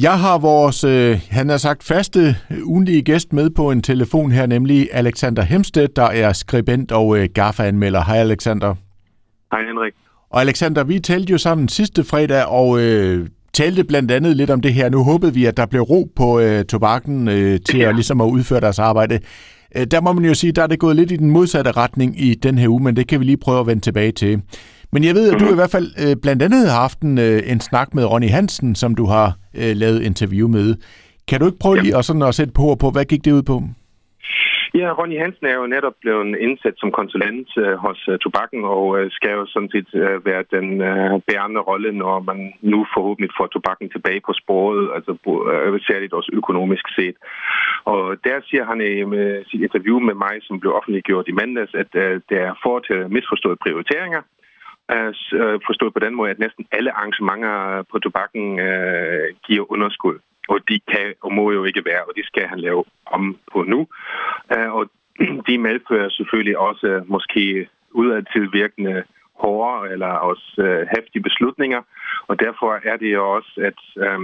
Jeg har vores, han har sagt, faste ugenlige gæst med på en telefon her, nemlig Alexander Hemstedt, der er skribent og GAFFA-anmelder. Hej Alexander. Hej Henrik. Og Alexander, vi talte jo sammen sidste fredag og talte blandt andet lidt om det her. Nu håbede vi, at der blev ro på tobakken til at ligesom at udføre deres arbejde. Der må man jo sige, der er det gået lidt i den modsatte retning i den her uge, men det kan vi lige prøve at vende tilbage til. Men jeg ved, at du i hvert fald blandt andet har haft en snak med Ronny Hansen, som du har lavet interview med. Kan du ikke prøve lige at sætte på, hvad gik det ud på? Ja, Ronny Hansen er jo netop blevet indsat som konsulent hos tobakken, og skal jo sådan set være den bærende rolle, når man nu forhåbentlig får tobakken tilbage på sporet, altså særligt også økonomisk set. Og der siger han i sit interview med mig, som blev offentliggjort i mandags, at der er foretaget misforståede prioriteringer. Forstået på den måde, at næsten alle arrangementer på tobakken giver underskud. Og de kan og må jo ikke være, og det skal han lave om på nu. Og de medfører selvfølgelig også måske udadtilvirkende hårde eller også heftige beslutninger. Og derfor er det jo også, at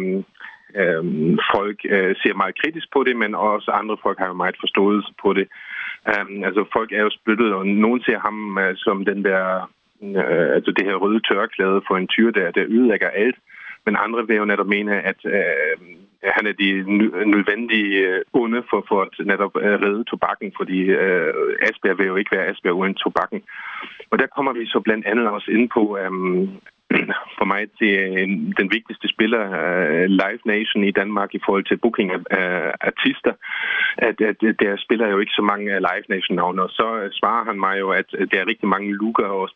folk ser meget kritisk på det, men også andre folk har jo meget forståelse på det. Altså folk er jo splittet, og nogen ser ham som den der, altså det her røde tørklæde for en tyr, der ødelægger alt. Men andre vil jo netop mene, at han er de nødvendige onde for at netop redde tobakken, fordi Esbjerg vil jo ikke være Esbjerg uden tobakken. Og der kommer vi så blandt andet også ind på, for mig til den vigtigste spiller, Live Nation i Danmark i forhold til booking af artister, at der spiller jo ikke så mange Live Nation-navne, og så svarer han mig jo, at der er rigtig mange Luca og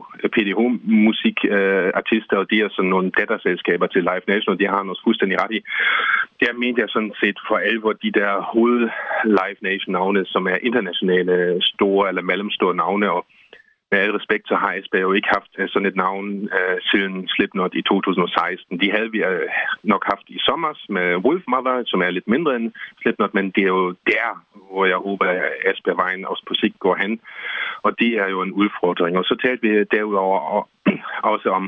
PDH-musikartister, og de er sådan nogle datterselskaber til Live Nation, og det har han også fuldstændig ret i. Der mente jeg sådan set for alvor de der hoved Live Nation-navne, som er internationale store eller mellemstore navne, og med al respekt, så har Esbjerg jo ikke haft sådan et navn siden Slipknot i 2016. De havde vi nok haft i sommer med Wolfmother, som er lidt mindre end Slipknot, men det er jo der, hvor jeg håber, at Esbjerg-vejen også på sigt går hen. Og det er jo en udfordring. Og så talte vi derudover også om,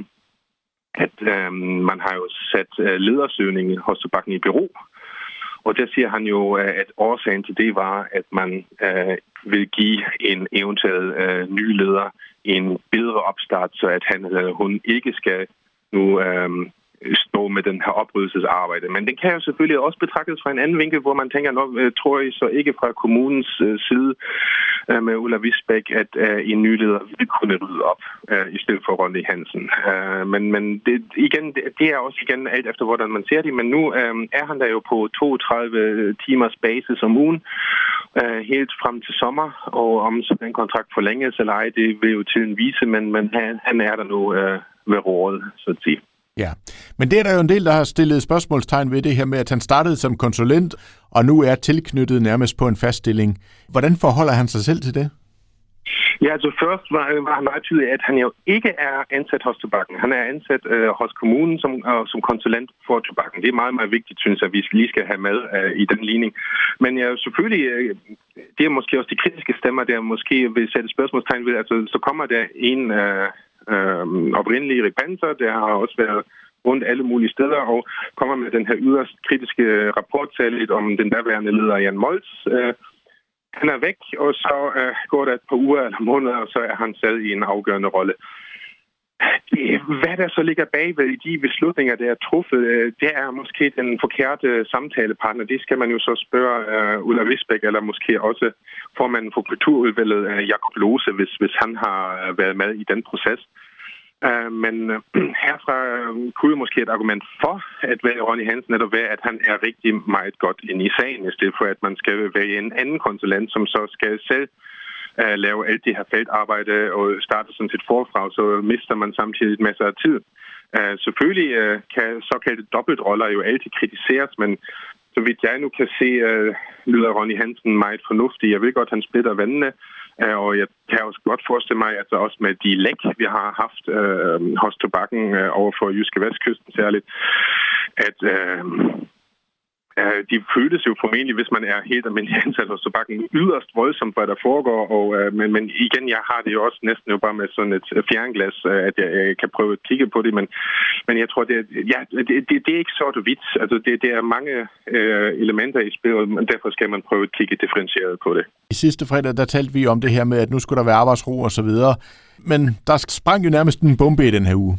at man har jo sat ledersøgning hos tobakken i bero. Og der siger han jo, at årsagen til det var, at man vil give en eventuel ny leder en bedre opstart, så at han eller hun ikke skal nu stå med den her oprydelsesarbejde. Men den kan jo selvfølgelig også betragtes fra en anden vinkel, hvor man tænker, tror jeg så ikke fra kommunens side med Ulla Wisbæk, at en ny leder vil kunne rydde op i stedet for Ronny Hansen. Men det er også igen alt efter, hvordan man ser det. Men nu er han der jo på 32 timers basis om ugen, helt frem til sommer, og om så den kontrakt forlænges eller ej, det vil jo tiden vise, men han er der nu ved rådet, så at sige. Ja, men det er der jo en del, der har stillet spørgsmålstegn ved det her med, at han startede som konsulent, og nu er tilknyttet nærmest på en fast stilling. Hvordan forholder han sig selv til det? Ja, altså først var han meget tydelig, at han jo ikke er ansat hos tobakken. Han er ansat hos kommunen som konsulent for tobakken. Det er meget, meget vigtigt, synes jeg, at vi lige skal have med i den ligning. Men ja, selvfølgelig, det er måske også de kritiske stemmer, der måske vil sætte spørgsmålstegn ved. Altså, så kommer der en oprindelige Erik Panser, der har også været rundt alle mulige steder, og kommer med den her yderst kritiske rapport særligt om den derværende leder Jan Moltz. Han er væk, og så går der et par uger eller måneder, og så er han stadig i en afgørende rolle. Hvad der så ligger bagved i de beslutninger, der er truffet, det er måske den forkerte samtalepartner. Det skal man jo så spørge Ulla Wisbæk, eller måske også formanden for kulturudvalget, Jakob Lose, hvis han har været med i den proces. Men herfra kunne måske et argument for at være Ronny Hansen netop være, at han er rigtig meget godt inde i sagen, i stedet for at man skal være en anden konsulent, som så skal selv lave alt det her feltarbejde og starte sådan set forfra, så mister man samtidig masser af tid. Selvfølgelig kan såkaldte dobbeltroller jo altid kritiseres, men så vidt jeg nu kan se, lyder Ronny Hansen meget fornuftig. Jeg ved godt, han splitter vandene, og jeg kan også godt forestille mig, at også med de læk, vi har haft hos tobakken over for Jyske Vestkysten særligt, De føles jo formentlig, hvis man er helt almindelig ansat hos tobakken, yderst voldsomt, hvad der foregår. Men igen, jeg har det jo også næsten jo bare med sådan et fjernglas, at jeg kan prøve at kigge på det. Men jeg tror, det er ikke sort og hvidt. Altså, det er mange elementer i spillet, men derfor skal man prøve at kigge differentieret på det. I sidste fredag, der talte vi om det her med, at nu skulle der være arbejdsro og så videre. Men der sprang jo nærmest en bombe i den her uge.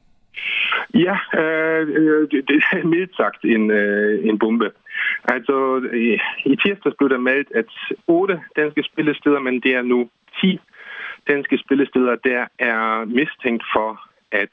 Ja, det er mildt sagt en bombe. Altså, i tirsdags blev der meldt, at 8 danske spillesteder, men det er nu 10 danske spillesteder, der er mistænkt for at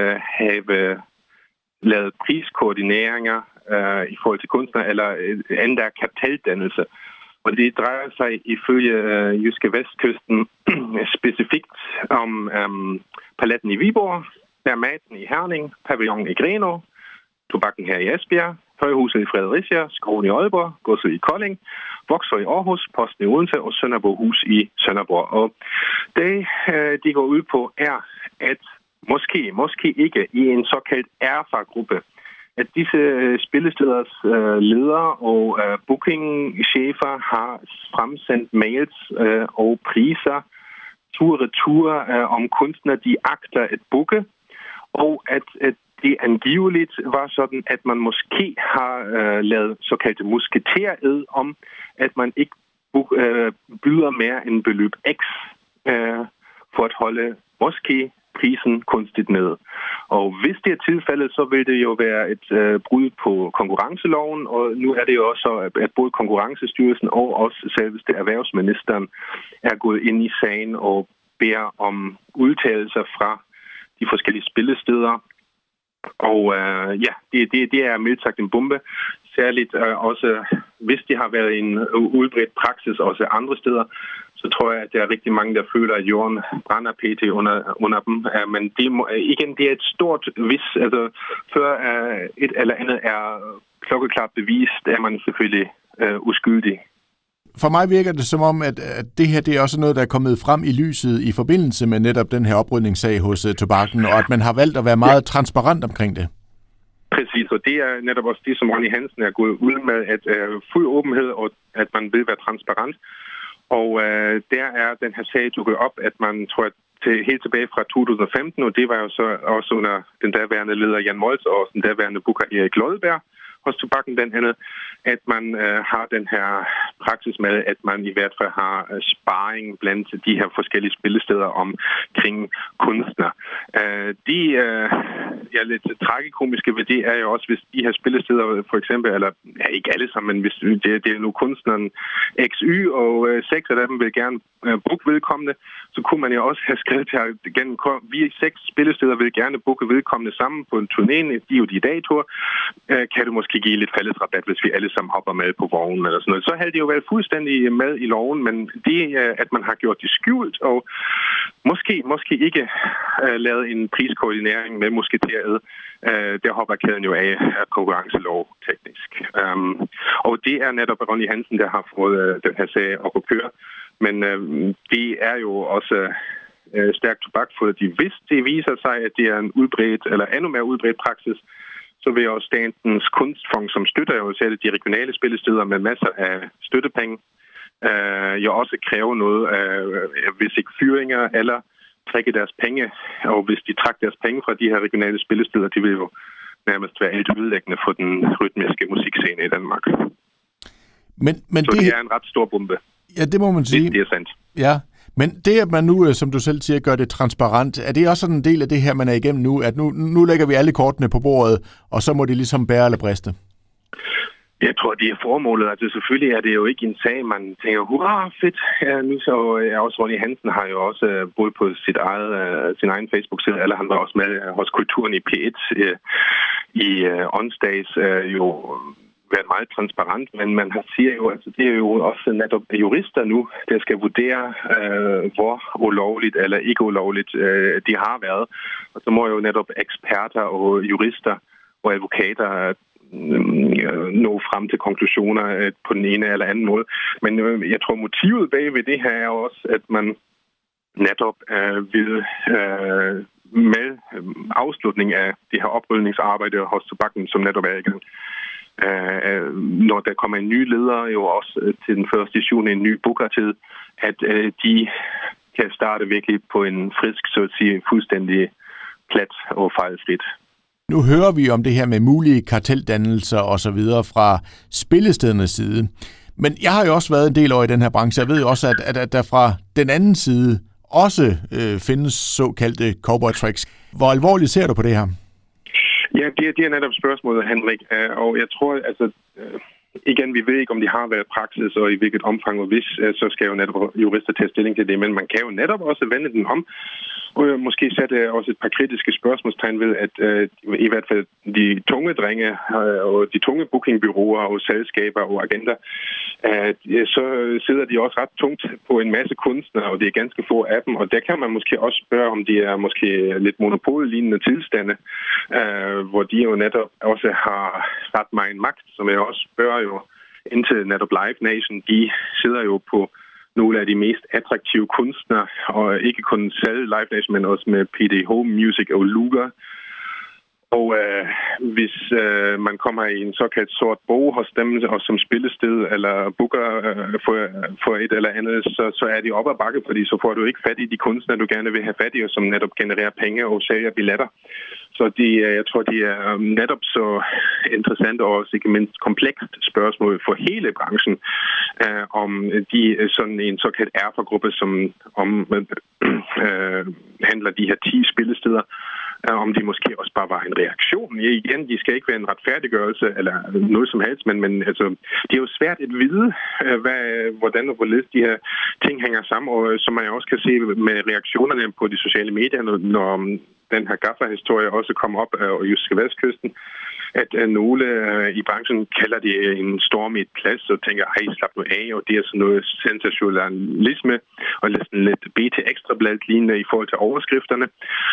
have lavet priskoordineringer i forhold til kunstnere eller anden der kapitaldannelse. Og det drejer sig ifølge Jyske Vestkysten specifikt om Paletten i Viborg, Fermaten i Herning, Pavillonen i Grenaa, Tobakken her i Esbjerg, Højhuset i Fredericia, Skoven i Aalborg, Godset i Kolding, Vokser i Aarhus, Posten i Odense og Sønderborghus i Sønderborg. Og det, de går ud på, er, at måske ikke i en såkaldt erfargruppe, at disse spillesteders ledere og bookingchefer har fremsendt mails og priser tur-retur om kunstnere, de agter at booke, og at det angiveligt var sådan, at man måske har lavet såkaldte musketered om, at man ikke byder mere end beløb X for at holde måske prisen kunstigt ned. Og hvis det er tilfældet, så vil det jo være et brud på konkurrenceloven, og nu er det jo også, at både Konkurrencestyrelsen og også selveste erhvervsministeren er gået ind i sagen og beder om udtalelser fra de forskellige spillesteder. Og det er mildt sagt en bombe. Særligt også, hvis det har været en udbredt praksis også andre steder, så tror jeg, at der er rigtig mange, der føler, at jorden brænder pt. under dem. Men det er et stort vis. Altså, før et eller andet er klokkeklart bevist, er man selvfølgelig uskyldig. For mig virker det som om, at det her det er også noget, der er kommet frem i lyset i forbindelse med netop den her oprydningssag hos tobakken, og at man har valgt at være meget transparent omkring det. Præcis, og det er netop også det, som Ronny Hansen er gået ud med, at fuld åbenhed, og at man vil være transparent. Og der er den her sag dukket op, at man tror, helt tilbage fra 2015, og det var jo så også under den daværende leder Jan Moltz og den daværende booker Erik Lodberg hos tobakken den andet, at man har den her praksis med, at man i hvert fald har sparring blandt de her forskellige spillesteder omkring kunstnere. De lidt tragikomiske ved det er jo også, hvis de her spillesteder for eksempel, eller ikke alle sammen, men hvis det er nu kunstneren XY, og 6 af dem vil gerne booke vedkommende, så kunne man jo også have skrevet her igen, vi 6 spillesteder vil gerne booke vedkommende sammen på en turné, de er jo de datoer, kan du måske give lidt fælles rabat, hvis vi alle sammen hopper med på vognen eller sådan noget. Så havde det jo været fuldstændig med i loven, men det, at man har gjort det skjult, og måske ikke lavet en priskoordinering med musketeret, der hopper kæden jo af konkurrencelov teknisk. Og det er netop Ronny Hansen, der har fået den her sag op at køre. Men det er jo også stærkt tobak, fordi hvis det viser sig, at det er en udbredt, eller endnu mere udbredt praksis, så vil jo Statens Kunstfond, som støtter jo selv de regionale spillesteder med masser af støttepenge, jo også kræve noget, hvis ikke fyringer eller trække deres penge. Og hvis de trækker deres penge fra de her regionale spillesteder, de vil jo nærmest være alt ødelæggende for den rytmiske musikscene i Danmark. Men så det er en ret stor bombe. Ja, det må man sige. Det er sandt. Ja, men det, at man nu, som du selv siger, gør det transparent, er det også sådan en del af det her, man er igennem nu, at nu lægger vi alle kortene på bordet, og så må de ligesom bære eller briste? Jeg tror, det er formålet. Altså selvfølgelig er det jo ikke en sag, man tænker, hurra, fedt. Ja, nu så også Ronny Hansen har jo også både på sin egen Facebook-side, eller han var også med hos Kulturen i P1 i onsdags, jo været meget transparent, men man siger jo, altså det er jo også netop jurister nu, der skal vurdere, hvor ulovligt eller ikke ulovligt de har været. Og så må jo netop eksperter og jurister og advokater nå frem til konklusioner på den ene eller anden måde. Men jeg tror, motivet bag ved det her er også, at man netop vil med afslutning af det her oprydningsarbejde hos tobakken, som netop er i gang, når der kommer en ny leder, jo også til den 1.7. en ny bookertid, at de kan starte virkelig på en frisk, så at sige, fuldstændig plat og fejlfrit. Nu hører vi om det her med mulige karteldannelser og så videre fra spillestedernes side. Men jeg har jo også været en del år i den her branche. Jeg ved jo også, at der fra den anden side også findes såkaldte cowboy tricks. Hvor alvorligt ser du på det her? Ja, det er netop spørgsmålet, Henrik. Og jeg tror, altså igen, vi ved ikke, om de har været praksis, og i hvilket omfang, og hvis, så skal jo netop jurister tage stilling til det. Men man kan jo netop også vende den om, og måske sætte også et par kritiske spørgsmålstegn ved, at i hvert fald de tunge drenge og de tunge bookingbureauer og selskaber og agenter, så sidder de også ret tungt på en masse kunstnere, og det er ganske få af dem. Og der kan man måske også spørge, om de er måske lidt monopollignende tilstande, hvor de jo netop også har ret meget magt, som jeg også spørger jo indtil netop Live Nation. De sidder jo på nogle af de mest attraktive kunstnere, og ikke kun selv Live Nation, men også med PD Home Music og Luga. Og hvis man kommer i en såkaldt sort bog hos dem, og som spillested eller booker for et eller andet, så er de op ad bakke, fordi så får du ikke fat i de kunstnere, du gerne vil have fat i, og som netop genererer penge og sælger billetter. Så jeg tror, de er netop så interessant og også ikke mindst komplekst spørgsmål for hele branchen, om de sådan en såkaldt erfargruppe, som handler de her 10 spillesteder, om de måske også bare var en reaktion. Igen, de skal ikke være en retfærdiggørelse eller noget som helst, men altså, det er jo svært at vide, hvordan og hvorledes de her ting hænger sammen, og som man også kan se med reaktionerne på de sociale medier, når den her gafferhistorie også kom op af Jyske Vestkysten, at nogle i branchen kalder det en storm i et plads og tænker, hej, slap nu af, og det er sådan noget sensationalisme og lidt BT Ekstrablad lignende i forhold til overskrifterne.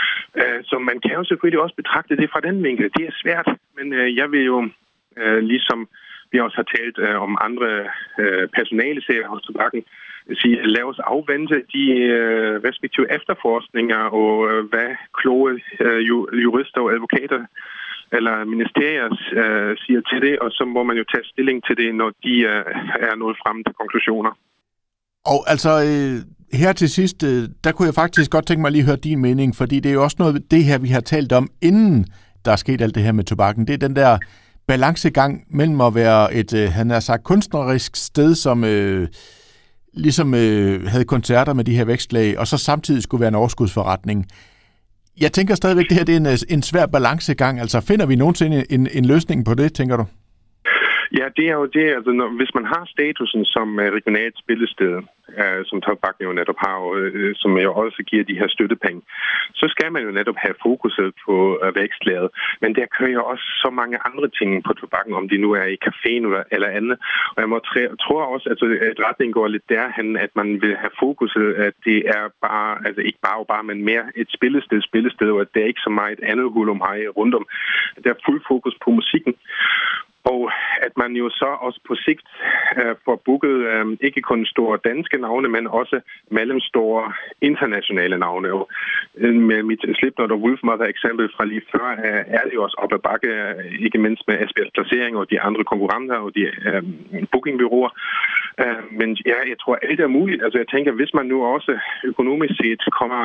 Så man kan jo selvfølgelig også betragte det fra den vinkel. Det er svært, men jeg vil jo, ligesom vi også har talt om andre personalesager hos tobakken, sige, lad os afvente de respektive efterforskninger og hvad kloge jurister og advokater eller ministerier siger til det, og så må man jo tage stilling til det, når de er nået frem til konklusioner. Og altså, her til sidst, der kunne jeg faktisk godt tænke mig lige at høre din mening, fordi det er jo også noget af det her, vi har talt om, inden der er sket alt det her med tobakken. Det er den der balancegang mellem at være et, han har sagt, kunstnerisk sted, som ligesom havde koncerter med de her vækstlag, og så samtidig skulle være en overskudsforretning. Jeg tænker stadigvæk, det her det er en svær balancegang. Altså, finder vi nogensinde en løsning på det, tænker du? Ja, det er jo det. Altså, hvis man har statusen som regionalt spillested, som tobakken jo netop har, og som jo også giver de her støttepenge, så skal man jo netop have fokuset på vækstlaget. Men der kører jo også så mange andre ting på tobakken, om de nu er i caféen eller andet. Og jeg tror også, at retningen går lidt derhen, at man vil have fokuset, at det er bare, altså ikke bare, men mere et spillested, og at der er ikke så meget andet hul om hej rundt om. Der er fuld fokus på musikken. Og at man jo så også på sigt får booket ikke kun store danske navne, men også mellemstore internationale navne. Og med mit Slipknot og Wolfmother eksempel fra lige før, er det jo også op ad bakke, ikke mindst med Esbjergs placering og de andre konkurrenter og de bookingbureauer. Men ja, jeg tror, alt er muligt. Altså jeg tænker, hvis man nu også økonomisk set kommer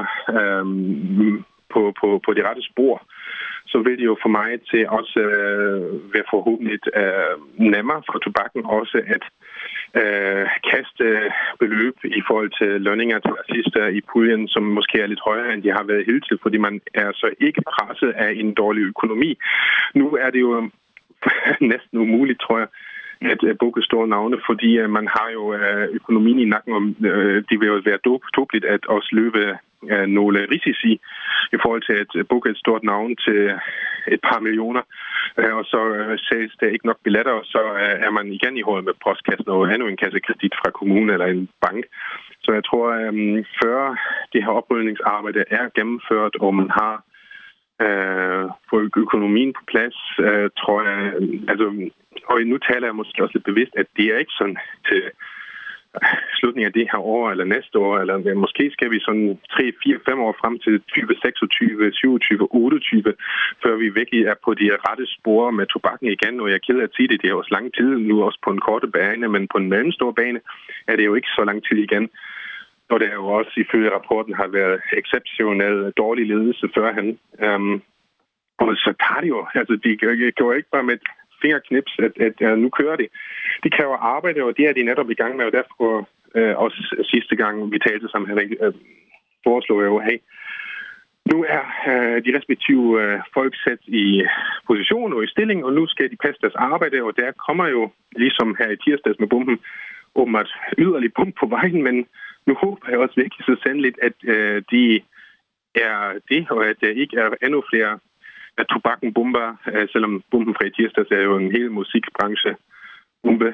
på det rette spor, så vil det jo for mig til også være forhåbentlig nemmere for tobakken også at kaste beløb i forhold til lønninger til artister i puljen, som måske er lidt højere, end de har været hidtil, fordi man er så ikke presset af en dårlig økonomi. Nu er det jo næsten umuligt, tror jeg, at booke store navne, fordi man har jo økonomien i nakken, og det vil jo være tåbeligt at også løbe nogle risici i forhold til at booke et stort navn til et par millioner, og så sælges der ikke nok billetter, og så er man igen i håret med postkassen og endnu en kassekredit fra kommunen eller en bank. Så jeg tror, før det her oprydningsarbejde er gennemført, og man har fået økonomien på plads, tror jeg, altså, og nu taler jeg måske også lidt bevidst, at det er ikke sådan til slutningen af det her år, eller næste år, eller måske skal vi sådan 3, 4, 5 år frem til 2026, 27, 28, før vi virkelig er på de rette spor med tobakken igen. Og jeg er ked af at sige det, det er også lang tid nu, også på en korte bane, men på en mellemstor bane er det jo ikke så lang tid igen. Og det er jo også ifølge rapporten har været exceptionelt dårlig ledelse førhen. Og så tager det jo, altså de går ikke bare med fingerknips, at nu kører det. De kræver arbejde, og det er de netop i gang med, og derfor også sidste gang vi talte sammen her, foreslår jeg jo, hey, nu er de respektive folk sat i position og i stilling, og nu skal de passe deres arbejde, og der kommer jo, ligesom her i tirsdags med bomben, åbenbart yderligere bump på vejen, men nu håber jeg også virkelig så sandeligt, at de er det, og at der ikke er endnu flere at tobakken bomber, selvom bomben fra i tirsdags er jo en hel musikbranche bombe.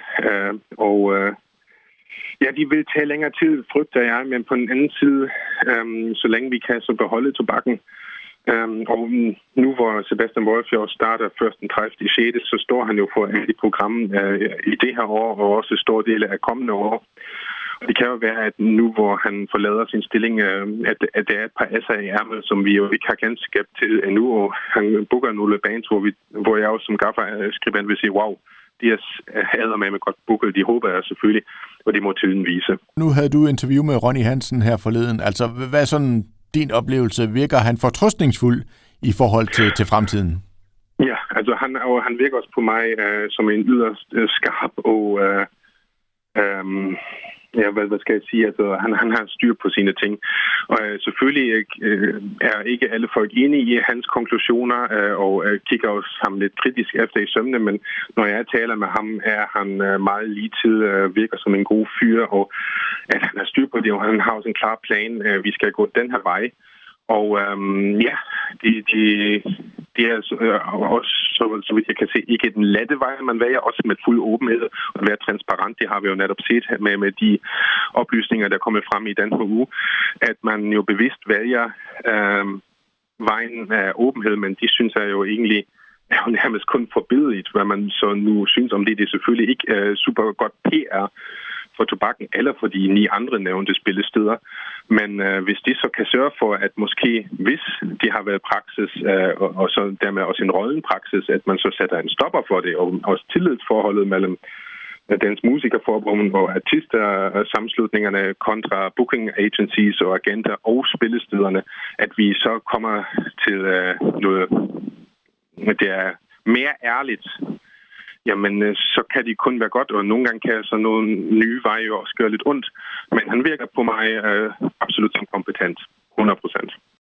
Ja, de vil tage længere tid, frygter jeg, men på den anden side, så længe vi kan så beholde tobakken. Og nu hvor Sebastian Wolfjord starter først den 30. 6., så står han jo for et program i det her år, og også stor del af kommende år. Det kan jo være, at nu hvor han forlader sin stilling, at der er et par asser i ærmet, som vi jo ikke har kendskab til endnu, og han booker nogle bands, hvor jeg også som gaffer-skribent vil sige, wow, de er med godt booket, de håber jeg selvfølgelig, og det må tiden vise. Nu havde du interview med Ronny Hansen her forleden. Altså, hvad er sådan din oplevelse? Virker han fortrøstningsfuld i forhold til fremtiden? Ja, altså han virker også på mig som en yderst skarp og ja, hvad skal jeg sige? Altså, han har styr på sine ting. Og selvfølgelig er ikke alle folk enige i hans konklusioner, og kigger også ham lidt kritisk efter i sømne, men når jeg taler med ham, er han meget ligetil, virker som en god fyr, og at han har styr på det, og han har også en klar plan. Vi skal gå den her vej. Og ja, det er også, så vidt jeg kan se, ikke den lette vej, man vælger, også med fuld åbenhed og være transparent. Det har vi jo netop set med de oplysninger, der er kommet frem i den her uge, at man jo bevidst vælger vejen af åbenhed, men de synes jeg jo egentlig er jo nærmest kun forbilligt, hvad man så nu synes om det. Det er selvfølgelig ikke super godt PR for tobakken eller for de 9 andre nævnte spillesteder. Men hvis de så kan sørge for, at måske, hvis de har været praksis, og så dermed også en rollenpraksis, at man så sætter en stopper for det, og også tillidsforholdet mellem Dansk Musikerforbund og artister, sammenslutningerne kontra booking agencies og agenter og spillestederne, at vi så kommer til noget, det er mere ærligt. Jamen, så kan de kun være godt, og nogle gange kan så nogle nye veje også gøre lidt ondt. Men han virker på mig absolut som kompetent, 100%.